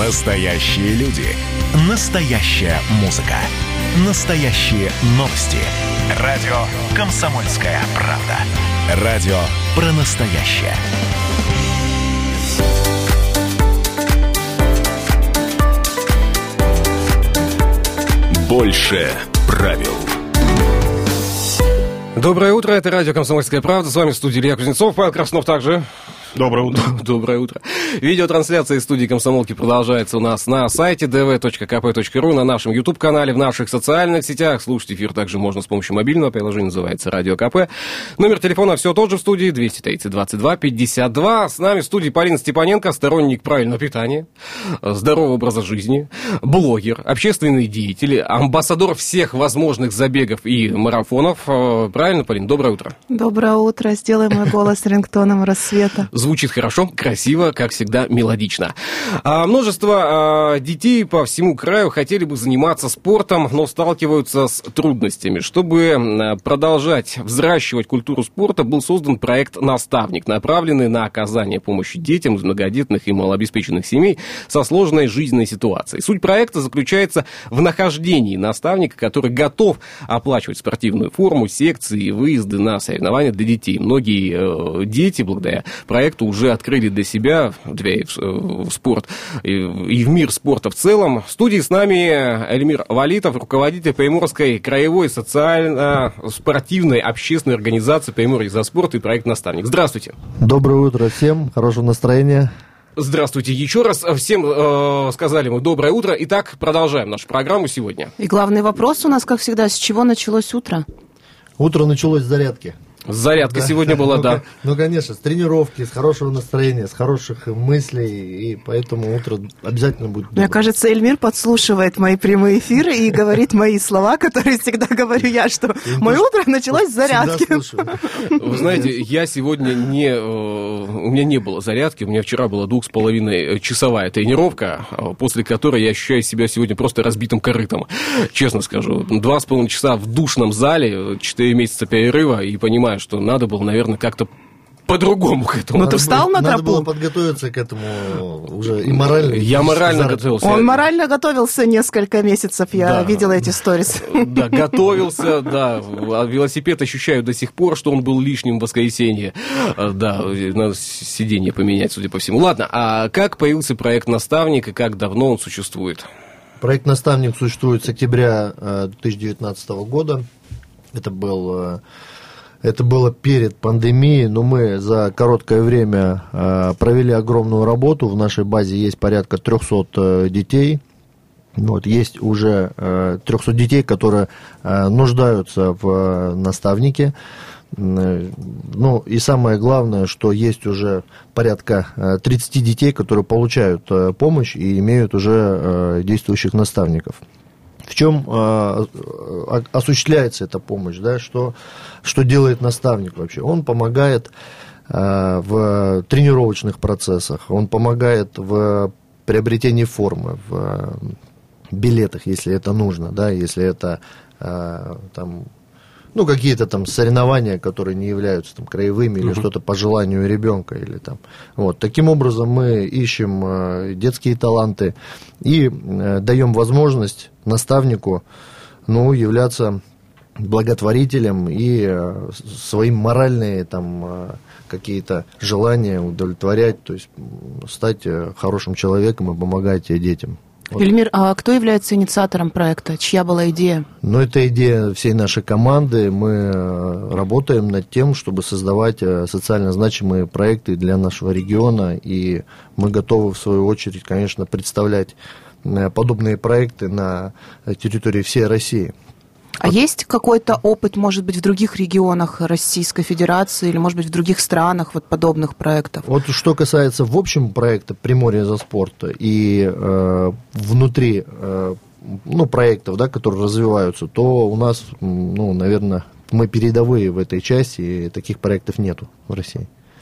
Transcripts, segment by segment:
Настоящие люди. Настоящая музыка. Настоящие новости. Радио «Комсомольская правда». Радио про настоящее. Больше правил. Доброе утро, это радио «Комсомольская правда». С вами в студии Илья Кузнецов, Павел Краснов также. Доброе утро. Доброе утро. Видеотрансляция из студии «Комсомолки» продолжается у нас на сайте dv.kp.ru, на нашем YouTube-канале, в наших социальных сетях. Слушать эфир также можно с помощью мобильного приложения, называется «Радио КП». Номер телефона все тот же в студии, 230-22-52. С нами в студии Полина Степаненко, сторонник правильного питания, здорового образа жизни, блогер, общественный деятель, амбассадор всех возможных забегов и марафонов. Правильно, Полина? Доброе утро. Доброе утро. Сделай мой голос рингтоном рассвета. Звучит хорошо, красиво, как всегда, мелодично. Множество детей по всему краю хотели бы заниматься спортом, но сталкиваются с трудностями. Чтобы продолжать взращивать культуру спорта, был создан проект «Наставник», направленный на оказание помощи детям из многодетных и малообеспеченных семей со сложной жизненной ситуацией. Суть проекта заключается в нахождении наставника, который готов оплачивать спортивную форму, секции, выезды на соревнования для детей. Многие дети, благодаря проекту, уже открыли для себя дверь в спорт и в мир спорта в целом. В студии с нами Эльмир Валитов, руководитель Приморской краевой социально-спортивной общественной организации «Приморье за спорт» и проект «Наставник». Здравствуйте. Доброе утро всем, хорошего настроения. Здравствуйте еще раз. Всем сказали мы доброе утро. Итак, продолжаем нашу программу сегодня. И главный вопрос у нас, как всегда, с чего началось утро? Утро началось с зарядки. Зарядка сегодня была, да. Ну, конечно, с тренировки, с хорошего настроения, с хороших мыслей, и поэтому утро обязательно будет доброе. Мне кажется, Эльмир подслушивает мои прямые эфиры и говорит мои слова, которые всегда говорю я, что мое утро началось с зарядки. Вы знаете, я сегодня у меня не было зарядки, у меня вчера была 2,5-часовая тренировка, после которой я ощущаю себя сегодня просто разбитым корытом, честно скажу. 2,5 часа в душном зале, 4 месяца перерыва, и понимаю, что надо было, наверное, как-то по-другому к этому. Но ты встал на тропу? Надо было подготовиться к этому уже и морально. Я морально готовился. Он морально готовился несколько месяцев, я видела эти сторис. Да, готовился, да. Велосипед ощущаю до сих пор, что он был лишним в воскресенье. Да, надо сиденье поменять, судя по всему. Ладно, а как появился проект «Наставник» и как давно он существует? Проект «Наставник» существует с октября 2019 года. Это было перед пандемией, но мы за короткое время провели огромную работу. В нашей базе есть порядка 300 детей. Вот, есть уже 300 детей, которые нуждаются в наставнике. Ну и самое главное, что есть уже порядка 30 детей, которые получают помощь и имеют уже действующих наставников. В чем осуществляется эта помощь, да, что делает наставник вообще? Он помогает в тренировочных процессах, он помогает в приобретении формы, в билетах, если это нужно, да, если это там, ну, какие-то там соревнования, которые не являются там краевыми или что-то по желанию ребенка или там. Вот. Таким образом мы ищем детские таланты и даем возможность наставнику, ну, являться благотворителем и свои моральные там какие-то желания удовлетворять, то есть стать хорошим человеком и помогать детям. Вот. Эльмир, а кто является инициатором проекта? Чья была идея? Ну, это идея всей нашей команды. Мы работаем над тем, чтобы создавать социально значимые проекты для нашего региона, и мы готовы, в свою очередь, конечно, представлять подобные проекты на территории всей России. А есть какой-то опыт, может быть, в других регионах Российской Федерации или, может быть, в других странах вот подобных проектов? Вот что касается в общем проекта «Приморье за спорт» и внутри проектов, да, которые развиваются, то у нас, ну, наверное, мы передовые в этой части, и таких проектов нету в России.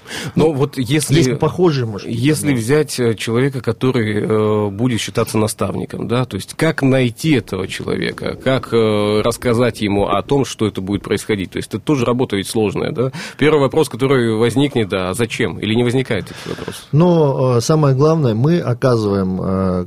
Но вот если... Есть похожие, может быть. Если взять человека, который будет считаться наставником, да, то есть как найти этого человека, как рассказать ему о том, что это будет происходить, то есть это тоже работа ведь сложная, да? Первый вопрос, который возникнет, да, а зачем? Или не возникает таких вопросов? Но самое главное, мы оказываем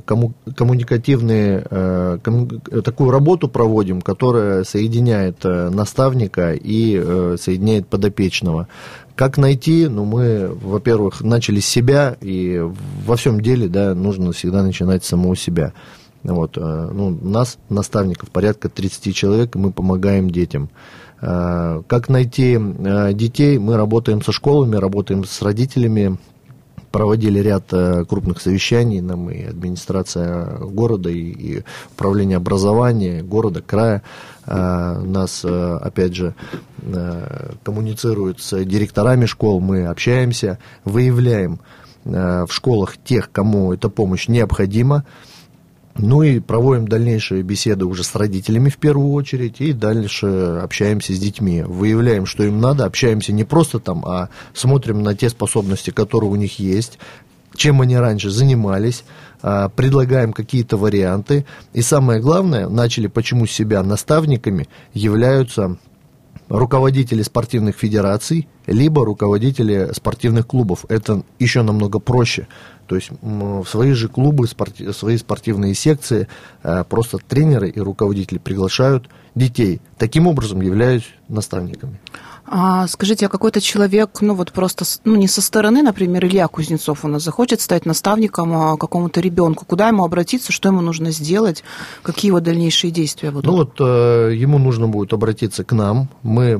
такую работу проводим, которая соединяет наставника и соединяет подопечного. Как найти? Ну, мы, во-первых, начали с себя, и во всем деле, да, нужно всегда начинать с самого себя. Вот, ну, у нас, наставников, порядка 30 человек, и мы помогаем детям. Как найти детей? Мы работаем со школами, работаем с родителями, проводили ряд крупных совещаний, нам и администрация города, и управление образования города, края нас, опять же, коммуницируют с директорами школ, мы общаемся, выявляем в школах тех, кому эта помощь необходима, ну и проводим дальнейшие беседы уже с родителями в первую очередь, и дальше общаемся с детьми, выявляем, что им надо, общаемся не просто там, а смотрим на те способности, которые у них есть, чем они раньше занимались, предлагаем какие-то варианты, и самое главное, начали почему себя наставниками являются руководители спортивных федераций, либо руководители спортивных клубов. Это еще намного проще. То есть в свои же клубы, свои спортивные секции просто тренеры и руководители приглашают детей. Таким образом являюсь наставниками. Скажите, а какой-то человек, ну вот просто, ну не со стороны, например, Илья Кузнецов у нас захочет стать наставником какому-то ребенку, куда ему обратиться, что ему нужно сделать, какие его дальнейшие действия будут? Ну вот ему нужно будет обратиться к нам, мы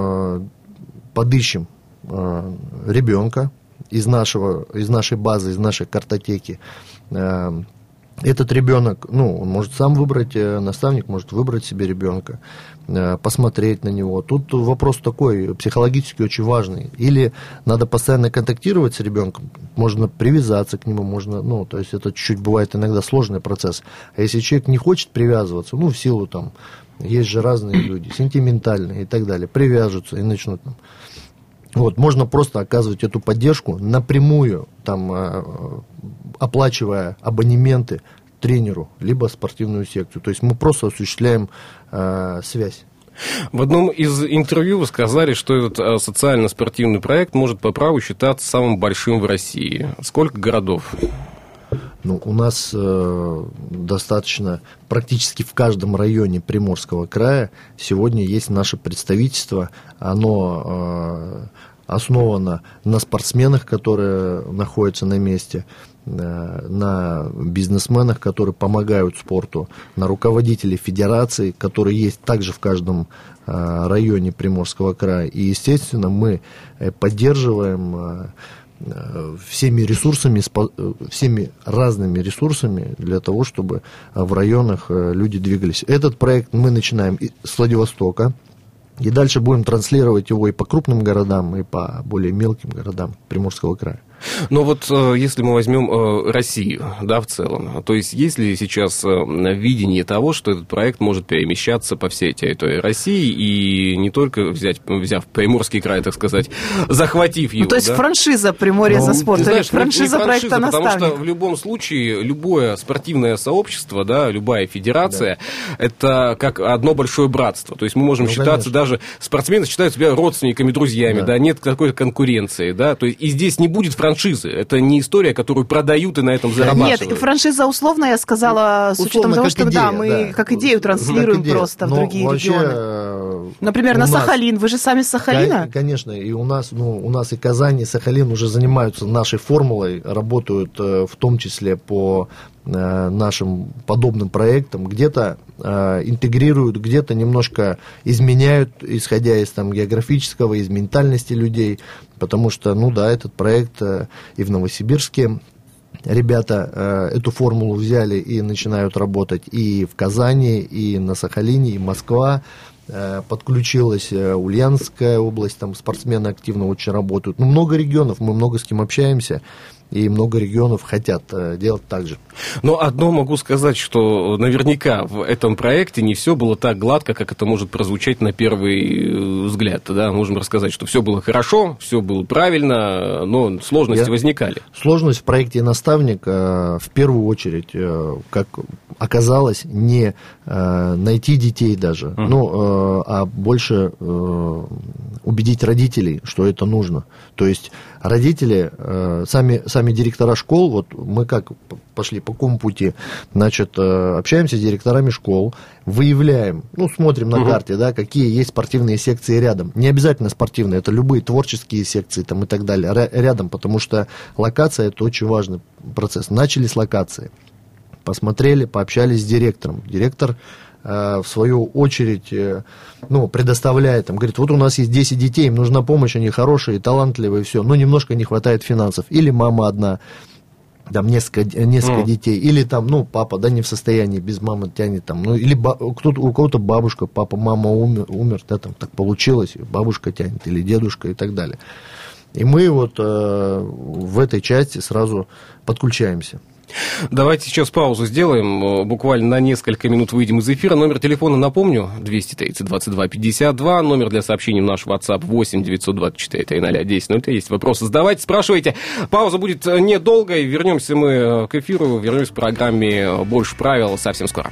подыщем ребенка из нашей базы, из нашей картотеки. Этот ребенок, ну, он может сам выбрать, наставник может выбрать себе ребенка, посмотреть на него. Тут вопрос такой, психологически очень важный. Или надо постоянно контактировать с ребенком, можно привязаться к нему, можно, ну, то есть это чуть-чуть бывает иногда сложный процесс. А если человек не хочет привязываться, ну, в силу там, есть же разные люди, сентиментальные и так далее, привяжутся и начнут там. Вот, можно просто оказывать эту поддержку напрямую, там, оплачивая абонементы тренеру, либо спортивную секцию. То есть мы просто осуществляем связь. В одном из интервью вы сказали, что этот социально-спортивный проект может по праву считаться самым большим в России. Сколько городов? Ну, у нас достаточно, практически в каждом районе Приморского края сегодня есть наше представительство. Оно основано на спортсменах, которые находятся на месте, на бизнесменах, которые помогают спорту, на руководителей федераций, которые есть также в каждом районе Приморского края. И, естественно, мы поддерживаем всеми ресурсами, всеми разными ресурсами для того, чтобы в районах люди двигались. Этот проект мы начинаем с Владивостока, и дальше будем транслировать его и по крупным городам, и по более мелким городам Приморского края. Но вот если мы возьмем Россию, да, в целом, то есть есть ли сейчас видение того, что этот проект может перемещаться по всей территории России и не только взяв Приморский край, так сказать, захватив его? Ну, то есть да? Франшиза Приморья за спорт, или франшиза проекта «Наставник». Потому что в любом случае любое спортивное сообщество, да, любая федерация, да, это как одно большое братство. То есть мы можем считаться, конечно, даже спортсмены считают себя родственниками, друзьями, да, нет какой-то конкуренции, да, то есть и здесь не будет франшизы. Это не история, которую продают и на этом зарабатывают. Нет, франшиза условно, я сказала, с учетом того, что идея, да, мы как идею транслируем просто в другие регионы. Например, на Сахалин. Вы же сами с Сахалина? Конечно, и у нас и Казань, и Сахалин уже занимаются нашей формулой, работают в том числе по нашим подобным проектам, где-то интегрируют, где-то немножко изменяют, исходя из там географического, из ментальности людей, потому что, ну да, этот проект и в Новосибирске ребята эту формулу взяли и начинают работать и в Казани, и на Сахалине, и Москва подключилась, Ульяновская область, там спортсмены активно очень работают. Ну, много регионов, мы много с кем общаемся, и много регионов хотят делать так же. Но одно могу сказать, что наверняка в этом проекте не все было так гладко, как это может прозвучать на первый взгляд. Да? Можем рассказать, что все было хорошо, все было правильно, но сложности возникали. Сложность в проекте «Наставник» в первую очередь, как оказалось, не найти детей даже, а больше убедить родителей, что это нужно. То есть родители, сами директора школ, вот мы как пошли, по какому пути, значит, общаемся с директорами школ, выявляем, смотрим на карте, да, какие есть спортивные секции рядом. Не обязательно спортивные, это любые творческие секции там, и так далее, рядом, потому что локация – это очень важный процесс. Начали с локации, посмотрели, пообщались с директором. Директор в свою очередь, предоставляет, говорит, вот у нас есть 10 детей, им нужна помощь, они хорошие, талантливые, все, но немножко не хватает финансов. Или мама одна, там несколько детей, или там, папа, да, не в состоянии, без мамы тянет, там, или у кого-то бабушка, папа, мама умер, да, там так получилось, бабушка тянет, или дедушка и так далее. И мы вот в этой части сразу подключаемся. Давайте сейчас паузу сделаем, буквально на несколько минут выйдем из эфира. Номер телефона, напомню, 230-22-52, номер для сообщений в наш WhatsApp 8-924-300-1003. Есть вопросы, задавайте, спрашивайте. Пауза будет недолгой, вернемся мы к эфиру, вернемся к программе «Больше правил» совсем скоро.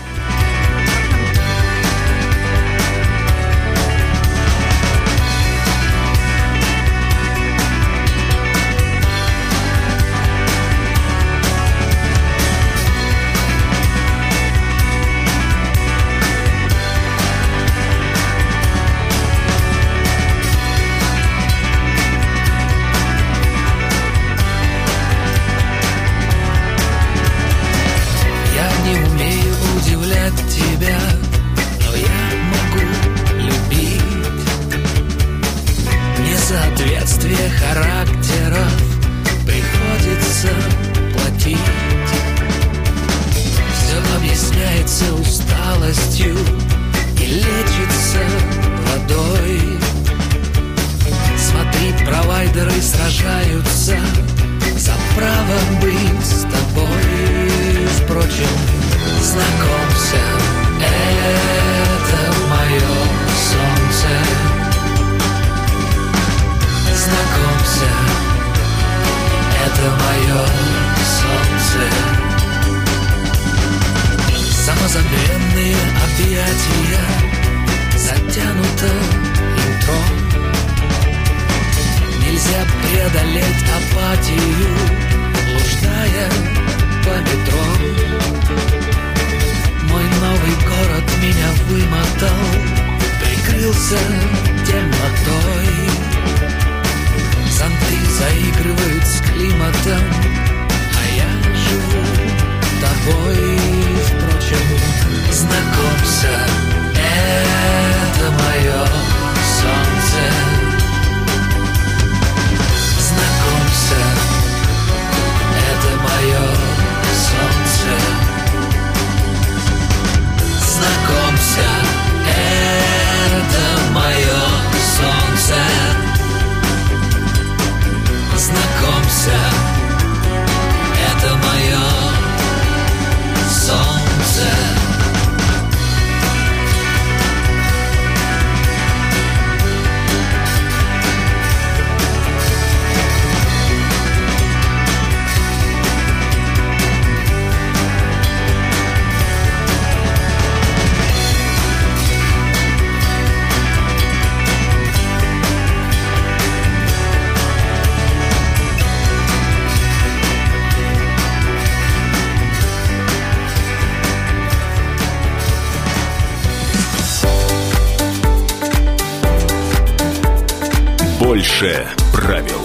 Больше правил.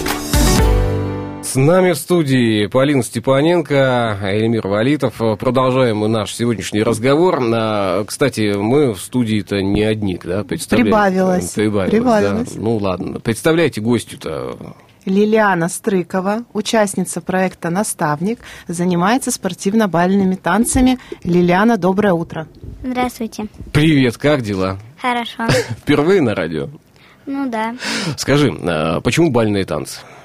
С нами в студии Полина Степаненко, Эльмир Валитов. Продолжаем мы наш сегодняшний разговор. Кстати, мы в студии-то не одни, да? Прибавилось. Да? Ну ладно. Представляете гостью-то. Лилиана Стрыкова, участница проекта «Наставник», занимается спортивно-бальными танцами. Лилиана, доброе утро. Здравствуйте. Привет, как дела? Хорошо. Впервые на радио? Ну да. Скажи, почему бальные танцы?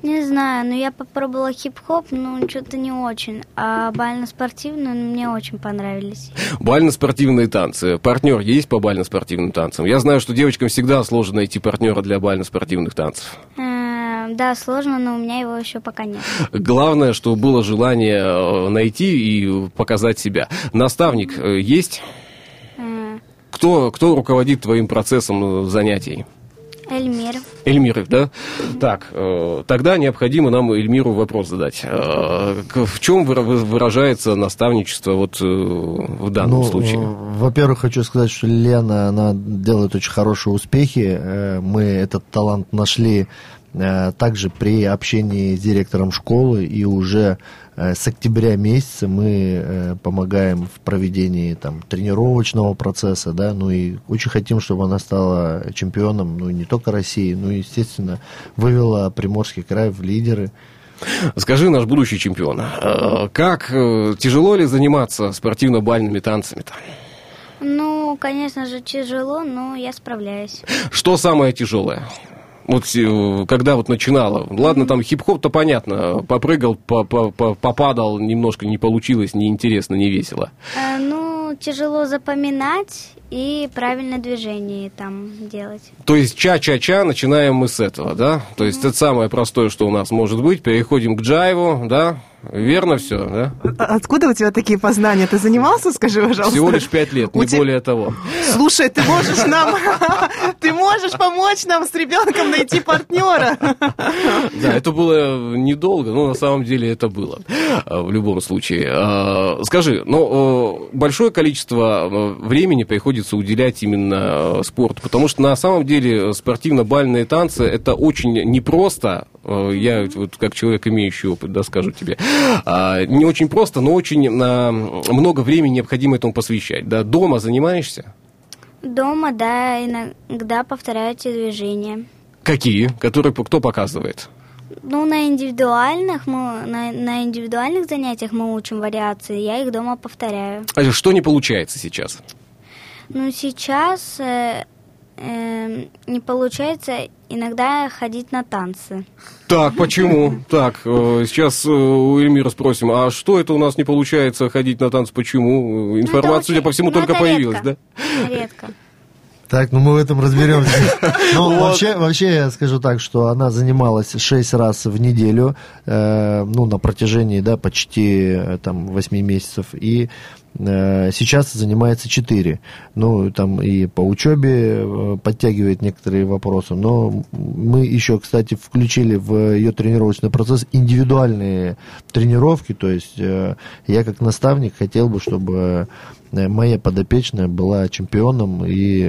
Не знаю, но я попробовала хип-хоп, но что-то не очень. А бально-спортивные мне очень понравились. Бально-спортивные танцы. Партнер есть по бально-спортивным танцам? Я знаю, что девочкам всегда сложно найти партнера для бально-спортивных танцев. Да, сложно, но у меня его еще пока нет. Главное, что было желание найти и показать себя. Наставник есть? Кто руководит твоим процессом занятий? Эльмир, да? Так, тогда необходимо нам Эльмиру вопрос задать. В чем выражается наставничество вот в данном случае? Во-первых, хочу сказать, что Лена, она делает очень хорошие успехи. Мы этот талант нашли также при общении с директором школы, и уже с октября месяца мы помогаем в проведении там тренировочного процесса, да, ну и очень хотим, чтобы она стала чемпионом, ну и не только России, ну и, естественно, вывела Приморский край в лидеры. Скажи, наш будущий чемпион, как тяжело ли заниматься спортивно-бальными танцами-то? Ну, конечно же, тяжело, но я справляюсь. Что самое тяжелое? Вот когда вот начинала, ладно, там хип-хоп-то понятно, попрыгал, попадал, немножко не получилось, неинтересно, не весело. Ну, тяжело запоминать и правильное движение там делать. То есть ча-ча-ча, начинаем мы с этого, да? То есть это самое простое, что у нас может быть, переходим к джайву, да? Верно все, да? Откуда у тебя такие познания? Ты занимался, скажи, пожалуйста? Всего лишь 5 лет, не более того. Слушай, ты можешь помочь нам с ребенком найти партнера. Да, это было недолго, но на самом деле это было в любом случае. Скажи, ну, большое количество времени приходится уделять именно спорту, потому что на самом деле спортивно-бальные танцы это очень непросто. Я вот как человек, имеющий опыт, да, скажу тебе. Не очень просто, но очень много времени необходимо этому посвящать. Да? Дома занимаешься? Дома, да, иногда повторяю эти движения. Какие? Которые кто показывает? Ну, на индивидуальных занятиях мы учим вариации, я их дома повторяю. А что не получается сейчас? Ну, сейчас не получается иногда ходить на танцы. Так, почему? Так, сейчас у Эльмира спросим, а что это у нас не получается ходить на танцы, почему? Информация, судя по всему, только появилась, да? Редко. Так, ну мы в этом разберемся. Ну, вообще я скажу так, что она занималась 6 раз в неделю, ну, на протяжении, да, почти там 8 месяцев, и сейчас занимается 4. Ну, там и по учебе подтягивает некоторые вопросы, но мы еще, кстати, включили в ее тренировочный процесс индивидуальные тренировки, то есть я как наставник хотел бы, чтобы моя подопечная была чемпионом и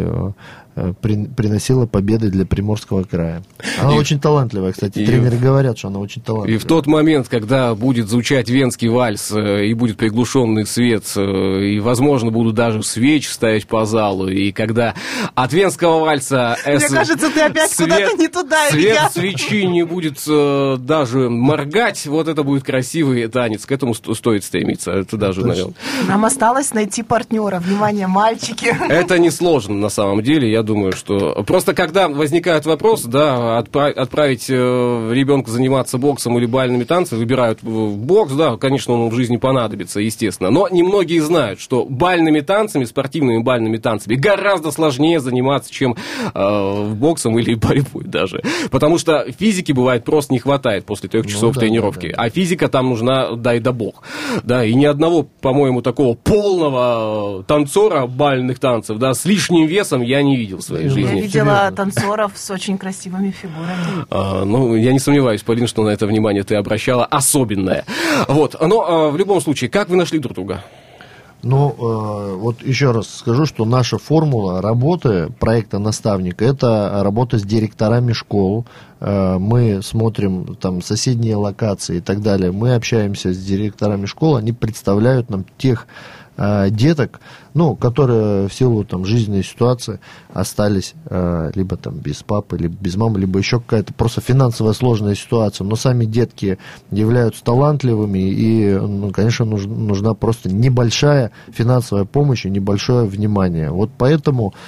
приносила победы для Приморского края. Она очень талантливая, кстати. Тренеры говорят, что она очень талантливая. И в тот момент, когда будет звучать венский вальс, и будет приглушенный свет, и, возможно, будут даже свечи ставить по залу, и когда от венского вальса... Мне кажется, ты опять куда-то не туда, Илья. Свет свечи не будет даже моргать, вот это будет красивый танец. К этому стоит стремиться. Это даже, наверное... Нам осталось найти партнера. Внимание, мальчики. Это несложно, на самом деле. Я думаю, что... Просто когда возникает вопрос, да, отправить ребенка заниматься боксом или бальными танцами, выбирают бокс, да, конечно, он в жизни понадобится, естественно. Но немногие знают, что бальными танцами, спортивными бальными танцами гораздо сложнее заниматься, чем боксом или борьбой даже. Потому что физики, бывает, просто не хватает после 3 часов тренировки. Да. А физика там нужна, дай да бог. Да, и ни одного, по-моему, такого полного танцора бальных танцев, да, с лишним весом я не видел в своей жизни. Я видела танцоров с очень красивыми фигурами. Ну, я не сомневаюсь, Полин, что на это внимание ты обращала особенное. Вот, но в любом случае, как вы нашли друг друга? Ну, вот еще раз скажу, что наша формула работы проекта «Наставник» — это работа с директорами школ. Мы смотрим там соседние локации и так далее. Мы общаемся с директорами школ, они представляют нам тех деток, ну, которые в силу там жизненной ситуации остались либо там без папы, либо без мамы, либо еще какая-то просто финансовая сложная ситуация, но сами детки являются талантливыми, и, ну, конечно, нужна просто небольшая финансовая помощь и небольшое внимание. Вот поэтому в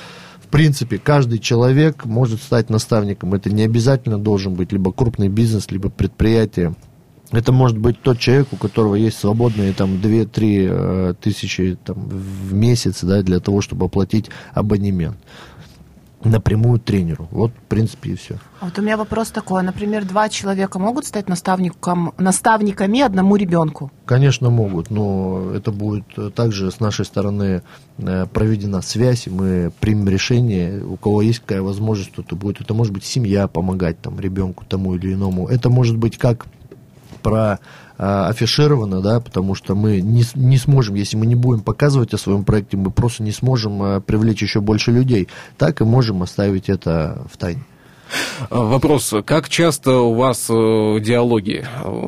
в принципе, каждый человек может стать наставником. Это не обязательно должен быть либо крупный бизнес, либо предприятие. Это может быть тот человек, у которого есть свободные там 2-3 тысячи там, в месяц, да, для того, чтобы оплатить абонемент напрямую тренеру. Вот, в принципе, и все. А вот у меня вопрос такой. Например, 2 человека могут стать наставниками одному ребенку? Конечно, могут, но это будет также с нашей стороны проведена связь, и мы примем решение, у кого есть какая возможность, то это будет. Это может быть семья помогать там, ребенку тому или иному. Это может быть как афишировано, да, потому что мы не сможем, если мы не будем показывать о своем проекте, мы просто не сможем привлечь еще больше людей. Так и можем оставить это в тайне. Вопрос, как часто у вас диалоги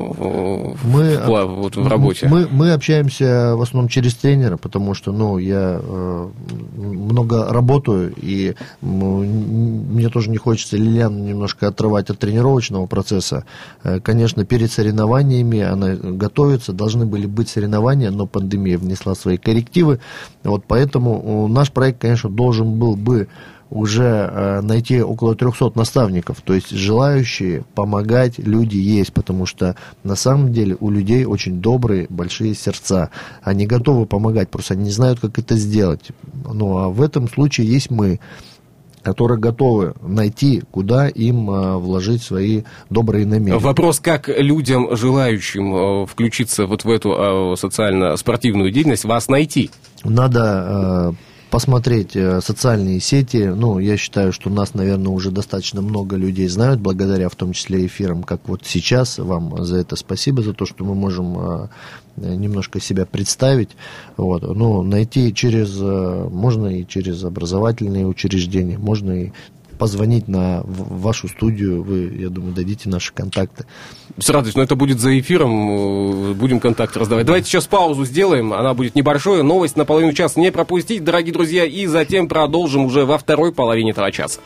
в работе? Мы общаемся в основном через тренера, потому что я много работаю, и мне тоже не хочется Лилиану немножко отрывать от тренировочного процесса. Конечно, перед соревнованиями она готовится, должны были быть соревнования, но пандемия внесла свои коррективы. Вот поэтому наш проект, конечно, должен был бы уже найти около 300 наставников, то есть желающие помогать люди есть, потому что на самом деле у людей очень добрые, большие сердца, они готовы помогать, просто они не знают, как это сделать. Ну а в этом случае есть мы, которые готовы найти, куда им вложить свои добрые намерения. Вопрос, как людям, желающим включиться вот в эту социально-спортивную деятельность, вас найти? Надо посмотреть социальные сети. Я считаю, что нас, наверное, уже достаточно много людей знают, благодаря в том числе эфирам, как вот сейчас. Вам за это спасибо, за то, что мы можем немножко себя представить. Вот. Найти можно и через образовательные учреждения, можно и позвонить в вашу студию, вы, я думаю, дадите наши контакты. С радостью, но это будет за эфиром, будем контакты раздавать. Давайте сейчас паузу сделаем, она будет небольшой, новость на половину часа не пропустить, дорогие друзья, и затем продолжим уже во второй половине этого часа.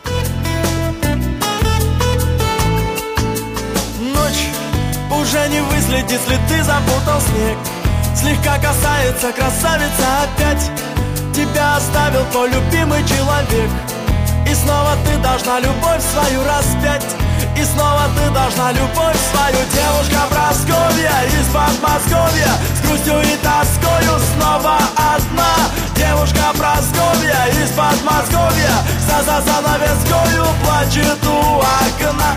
Ночь уже не выследит, следы запутал снег, слегка касается красавица опять, тебя оставил твой любимый человек. И снова ты должна любовь свою распять, и снова ты должна любовь свою. Девушка Прасковья из Подмосковья, с грустью и тоскою снова одна. Девушка Прасковья из Подмосковья, за занавескою плачет у окна.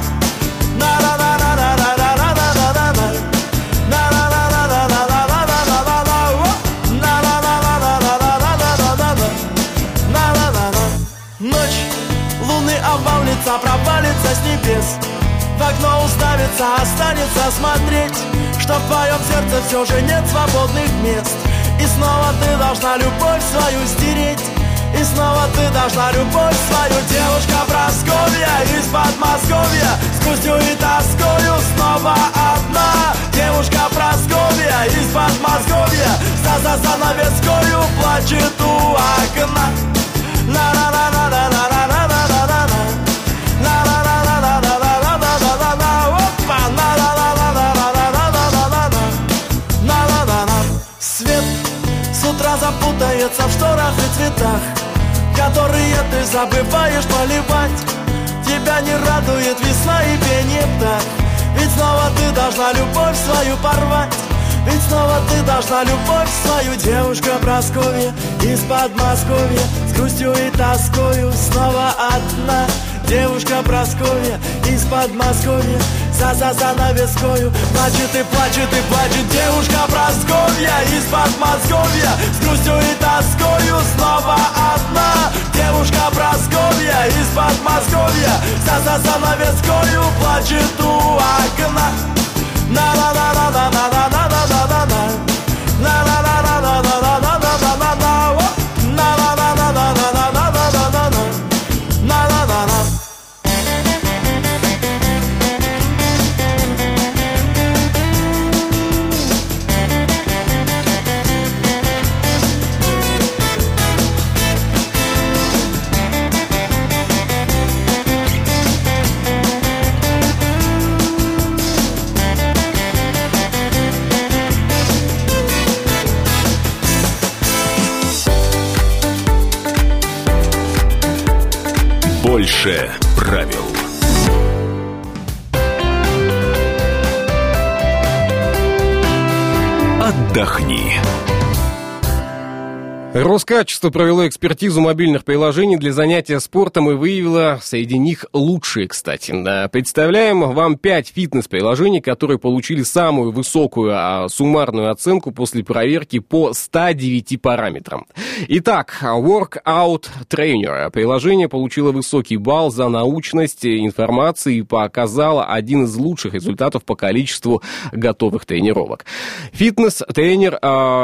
Провалится с небес, в окно уставится, останется смотреть, что в твоем сердце все же нет свободных мест. И снова ты должна любовь свою стереть, и снова ты должна любовь свою. Девушка Прасковья из Подмосковья, с грустью и тоскою снова одна. Девушка Прасковья из Подмосковья, за занавескою плачет у окна. Свет с утра запутается в шторах и цветах, которые ты забываешь поливать. Тебя не радует весна и пение птах, ведь снова ты должна любовь свою порвать. Ведь снова ты должна любовь свою. Девушка Прасковья из Подмосковья, с грустью и тоскою снова одна. Девушка Прасковья из Подмосковья, за занавескою плачет и плачет и плачет. Девушка Прасковья из Подмосковья, с грустью и тоскою снова одна. Девушка Прасковья из Подмосковья, за занавескою плачет у окна. Больше правил. Отдохни. Роскачество провело экспертизу мобильных приложений для занятия спортом и выявило среди них лучшие, кстати. Представляем вам 5 фитнес-приложений, которые получили самую высокую суммарную оценку после проверки по 109 параметрам. Итак, Workout Trainer. Приложение получило высокий балл за научность информации и показало один из лучших результатов по количеству готовых тренировок. Фитнес-тренер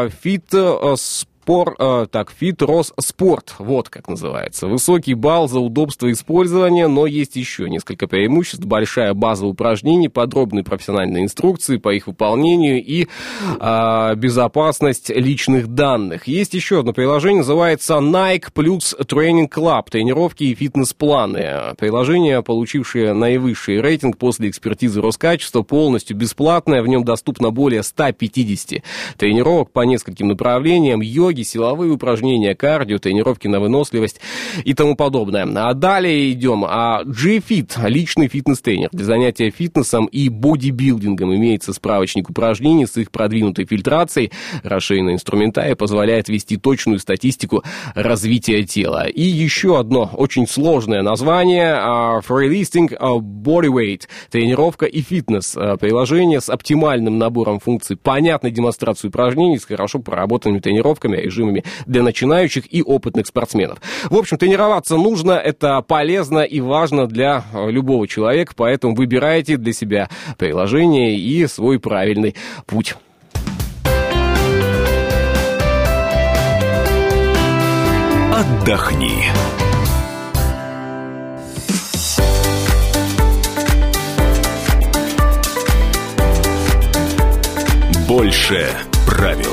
Фит-Рос Спорт, вот как называется. Высокий балл за удобство использования, но есть еще несколько преимуществ. Большая база упражнений, подробные профессиональные инструкции по их выполнению и безопасность личных данных. Есть еще одно приложение, называется Nike Plus Training Club, тренировки и фитнес-планы. Приложение, получившее наивысший рейтинг после экспертизы Роскачества, полностью бесплатное. В нем доступно более 150 тренировок по нескольким направлениям: йоги, силовые упражнения, кардио, тренировки на выносливость и тому подобное. А далее идем. G-Fit, личный фитнес-тренер. Для занятия фитнесом и бодибилдингом имеется справочник упражнений с их продвинутой фильтрацией. Расширенный инструментарий позволяет вести точную статистику развития тела. И еще одно очень сложное название: Freelifting Bodyweight, тренировка и фитнес. Приложение с оптимальным набором функций, понятной демонстрацией упражнений с хорошо проработанными тренировками, режимами для начинающих и опытных спортсменов. В общем, тренироваться нужно, это полезно и важно для любого человека, поэтому выбирайте для себя приложение и свой правильный путь. Отдохни. Больше правил.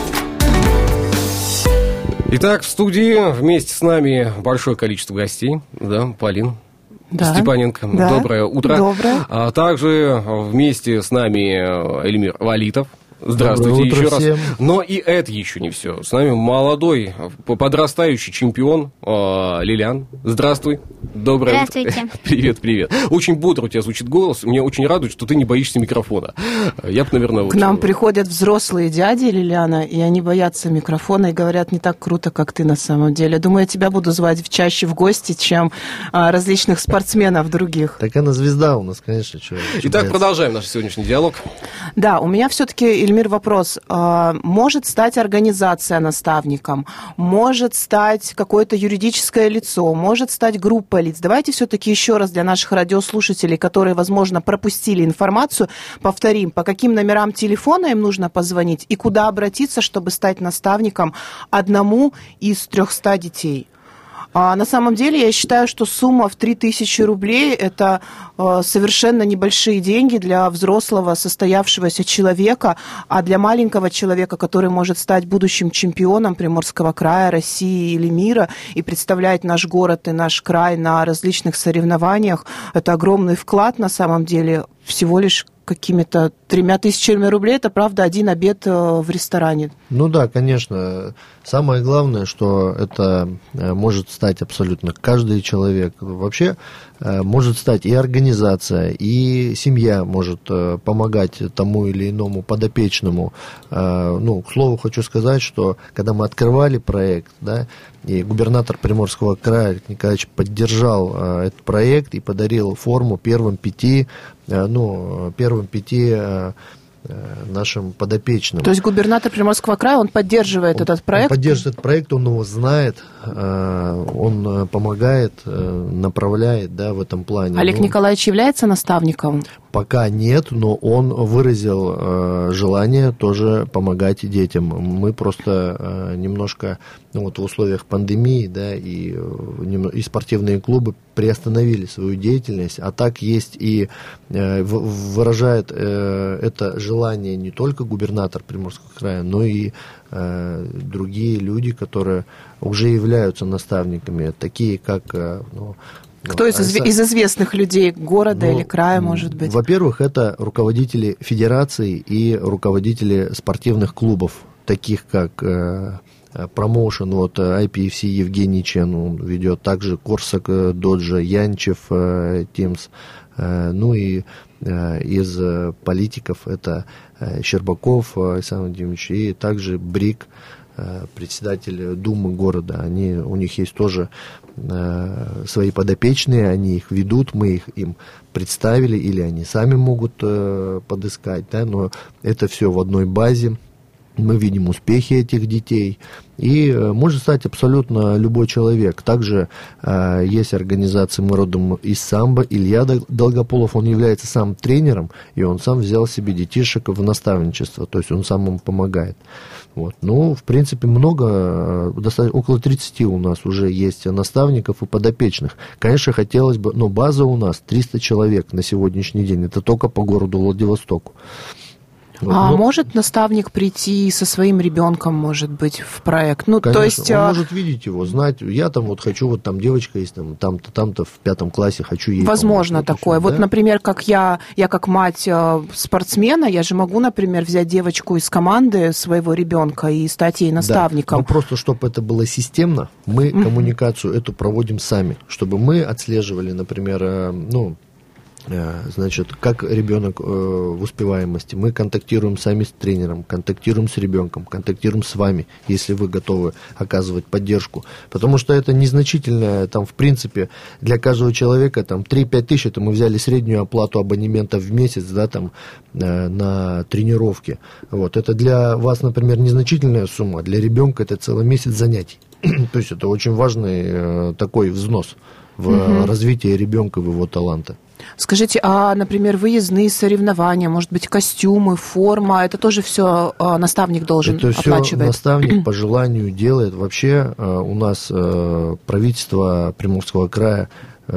Итак, в студии вместе с нами большое количество гостей. Да, Полин Степаненко. Да. Доброе утро. Доброе. А также вместе с нами Эльмир Валитов. Здравствуйте еще раз. Всем. Но и это еще не все. С нами молодой, подрастающий чемпион Лилиан. Здравствуй. Доброе утро. Здравствуйте. Привет. Очень бодро у тебя звучит голос. Меня очень радует, что ты не боишься микрофона. Я бы, наверное... К нам приходят взрослые дяди, Лилиана, и они боятся микрофона и говорят: не так круто, как ты на самом деле. Думаю, я тебя буду звать чаще в гости, чем различных спортсменов других. Так она звезда у нас, конечно. Итак, продолжаем наш сегодняшний диалог. Да, у меня все-таки, Эльмир, вопрос. Может стать организация наставником, может стать какое-то юридическое лицо, может стать группа лиц. Давайте все-таки еще раз для наших радиослушателей, которые, возможно, пропустили информацию, повторим, по каким номерам телефона им нужно позвонить и куда обратиться, чтобы стать наставником одному из 300 детей. На самом деле, я считаю, что сумма в 3000 рублей – это совершенно небольшие деньги для взрослого, состоявшегося человека, а для маленького человека, который может стать будущим чемпионом Приморского края, России или мира и представлять наш город и наш край на различных соревнованиях, это огромный вклад на самом деле. Всего лишь какими-то 3000 рублей, это, правда, один обед в ресторане. Ну да, конечно. Самое главное, что это может стать абсолютно каждый человек. Вообще может стать и организация, и семья может помогать тому или иному подопечному. Ну, к слову, хочу сказать, что когда мы открывали проект, да, и губернатор Приморского края Николаевич поддержал этот проект и подарил форму первым пяти нашим подопечным. То есть губернатор Приморского края, он поддерживает этот проект? Он поддерживает этот проект, он его знает, он помогает, направляет, да, в этом плане. Олег Николаевич является наставником? Пока нет, но он выразил желание тоже помогать детям. Мы просто немножко в условиях пандемии, да, и спортивные клубы приостановили свою деятельность, а так есть и выражает это желание не только губернатор Приморского края, но и другие люди, которые уже являются наставниками, такие как... Кто из известных людей города или края, может быть? Во-первых, это руководители федераций и руководители спортивных клубов, таких как промоушен, вот IPFC Евгений Чен, он ведет, также Корсак, Доджа, Янчев, Тимс, ну и из политиков это Щербаков Александр Владимирович и также Брик, председатель Думы города. У них есть тоже свои подопечные, они их ведут, мы им представили, или они сами могут подыскать, да, но это все в одной базе. Мы видим успехи этих детей, и может стать абсолютно любой человек. Также есть организация «Мы родом из самбо». Илья Долгополов, он является сам тренером, и он сам взял себе детишек в наставничество, то есть он сам им помогает. Вот. Ну, в принципе, много, около 30 у нас уже есть наставников и подопечных. Конечно, хотелось бы, но база у нас 300 человек на сегодняшний день, это только по городу Владивостоку. Вот, может наставник прийти со своим ребенком, может быть, в проект? Ну, конечно, то есть, он может видеть его, знать. Я там вот хочу, вот там девочка есть, там-то в 5 классе хочу ей возможно помочь. такое. Вот, да? например, как я как мать спортсмена, я же могу, например, взять девочку из команды своего ребенка и стать ей наставником. Да. Ну, просто, чтобы это было системно, мы коммуникацию эту проводим сами, чтобы мы отслеживали, например, значит, как ребенок в успеваемости. Мы контактируем сами с тренером, контактируем с ребенком, контактируем с вами, если вы готовы оказывать поддержку. Потому что это незначительное, там, в принципе, для каждого человека, там, 3-5 тысяч, это мы взяли среднюю оплату абонемента в месяц, да, там, на тренировки. Вот. Это для вас, например, незначительная сумма, для ребенка это целый месяц занятий. То есть это очень важный такой взнос в развитие ребенка, в его таланта. Скажите, а, например, выездные соревнования, может быть, костюмы, форма, это тоже все наставник должен оплачивать? Это все наставник по желанию делает. Вообще у нас правительство Приморского края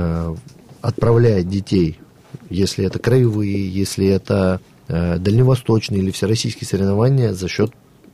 отправляет детей, если это краевые, если это дальневосточные или всероссийские соревнования, за счет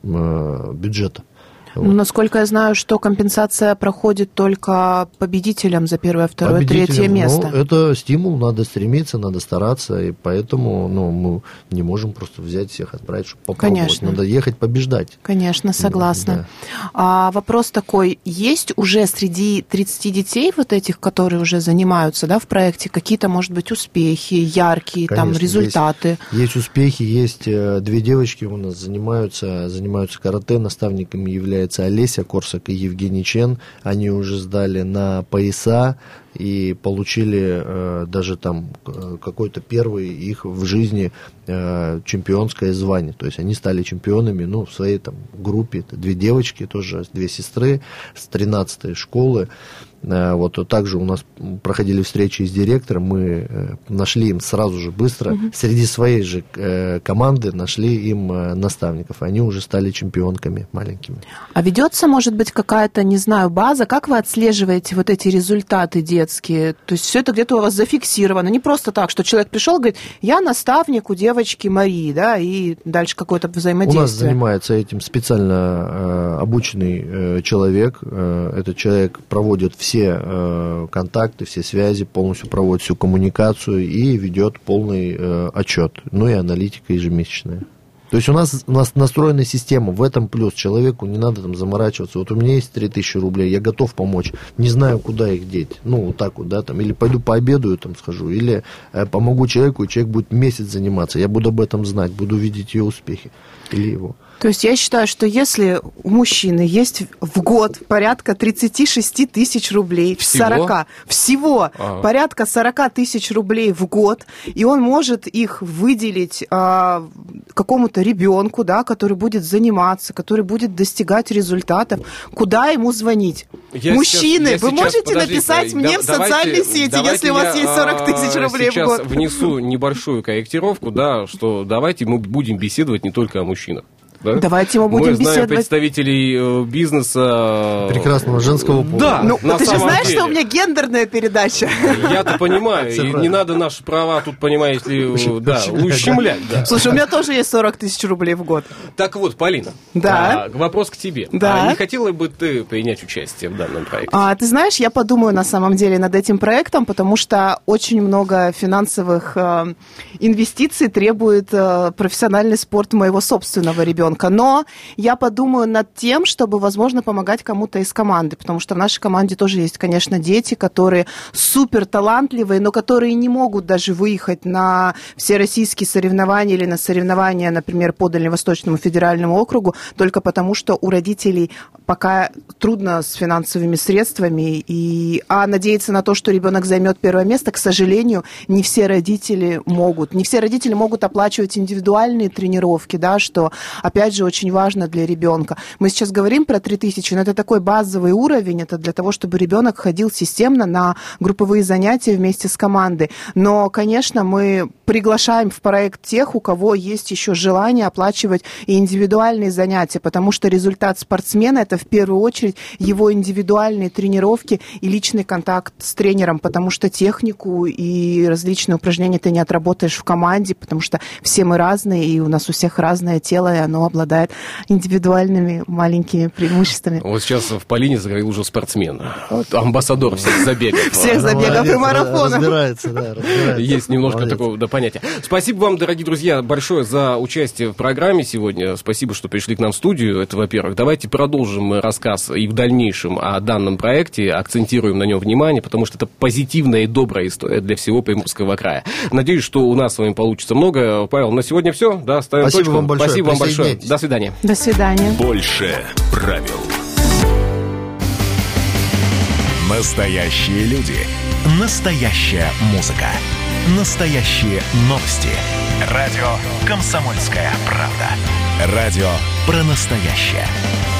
бюджета. Вот. Насколько я знаю, что компенсация проходит только победителям за первое, второе, третье место. Ну, это стимул, надо стремиться, надо стараться, и поэтому мы не можем просто взять всех, отправить, чтобы попробовать. Конечно. Надо ехать побеждать. Конечно, согласна. Да. Вопрос такой, есть уже среди 30 детей вот этих, которые уже занимаются, да, в проекте, какие-то, может быть, успехи, яркие, конечно, там, результаты? Есть успехи, есть 2 девочки у нас занимаются карате, наставниками являются Олеся Корсак и Евгений Чен. Они уже сдали на пояса и получили даже там какой-то первый их в жизни чемпионское звание. То есть они стали чемпионами, в своей там группе. Это 2 девочки, тоже 2 сестры с 13-й школы. Вот также у нас проходили встречи с директором, мы нашли им сразу же быстро, среди своей же команды нашли им наставников, они уже стали чемпионками маленькими. А ведется, может быть, какая-то, не знаю, база, как вы отслеживаете вот эти результаты детские? То есть все это где-то у вас зафиксировано, не просто так, что человек пришел и говорит, я наставник у девочки Марии, да, и дальше какое-то взаимодействие. У нас занимается этим специально обученный человек, этот человек проводит все контакты, все связи, полностью проводит всю коммуникацию и ведет полный отчет, и аналитика ежемесячная. То есть у нас настроена система, в этом плюс. Человеку не надо там заморачиваться. Вот у меня есть 3000 рублей, я готов помочь, не знаю, куда их деть. Вот так вот, да, там, или пойду пообедаю, там, схожу, или помогу человеку, и человек будет месяц заниматься. Я буду об этом знать, буду видеть ее успехи или его. То есть я считаю, что если у мужчины есть в год порядка 36 тысяч рублей, всего порядка 40 тысяч рублей в год, и он может их выделить какому-то ребенку, да, который будет заниматься, который будет достигать результатов, куда ему звонить? Мужчины, вы можете написать мне в социальной сети, если у вас есть 40 тысяч рублей в год? Сейчас внесу небольшую корректировку, да, что давайте мы будем беседовать не только о мужчинах. Да? Давайте мы будем беседовать. Мы знаем представителей бизнеса... Прекрасного женского пола. Да, ты же знаешь, что у меня гендерная передача? Я-то понимаю. И не надо наши права тут, понимаете, ущемлять. Да. Слушай, у меня тоже есть 40 тысяч рублей в год. Так вот, Полина, вопрос к тебе. Да. Не хотела бы ты принять участие в данном проекте? Ты знаешь, я подумаю на самом деле над этим проектом, потому что очень много финансовых инвестиций требует профессиональный спорт моего собственного ребенка. ребенка. Но я подумаю над тем, чтобы, возможно, помогать кому-то из команды, потому что в нашей команде тоже есть, конечно, дети, которые супер талантливые, но которые не могут даже выехать на всероссийские соревнования или на соревнования, например, по Дальневосточному федеральному округу, только потому, что у родителей пока трудно с финансовыми средствами, а надеяться на то, что ребенок займет первое место, к сожалению, не все родители могут. Не все родители могут оплачивать индивидуальные тренировки, да, что, опять же, очень важно для ребенка. Мы сейчас говорим про 3000, но это такой базовый уровень, это для того, чтобы ребенок ходил системно на групповые занятия вместе с командой. Но, конечно, мы приглашаем в проект тех, у кого есть еще желание оплачивать и индивидуальные занятия, потому что результат спортсмена – это в первую очередь его индивидуальные тренировки и личный контакт с тренером, потому что технику и различные упражнения ты не отработаешь в команде, потому что все мы разные, и у нас у всех разное тело, и оно обладает индивидуальными маленькими преимуществами. Вот сейчас в Полине заговорил уже спортсмен, амбассадор всех забегов. Всех забегов и марафонов. Разбирается. Есть немножко такого понятия. Спасибо вам, дорогие друзья, большое за участие в программе сегодня. Спасибо, что пришли к нам в студию. Это, во-первых. Давайте продолжим рассказ и в дальнейшем о данном проекте, акцентируем на нем внимание, потому что это позитивная и добрая история для всего Приморского края. Надеюсь, что у нас с вами получится много. Павел, на сегодня все. Да, ставим Спасибо точку. вам большое. Спасибо вам большое. До свидания. До свидания. Больше правил. Настоящие люди. Настоящая музыка. Настоящие новости. Радио «Комсомольская правда». Радио про настоящее.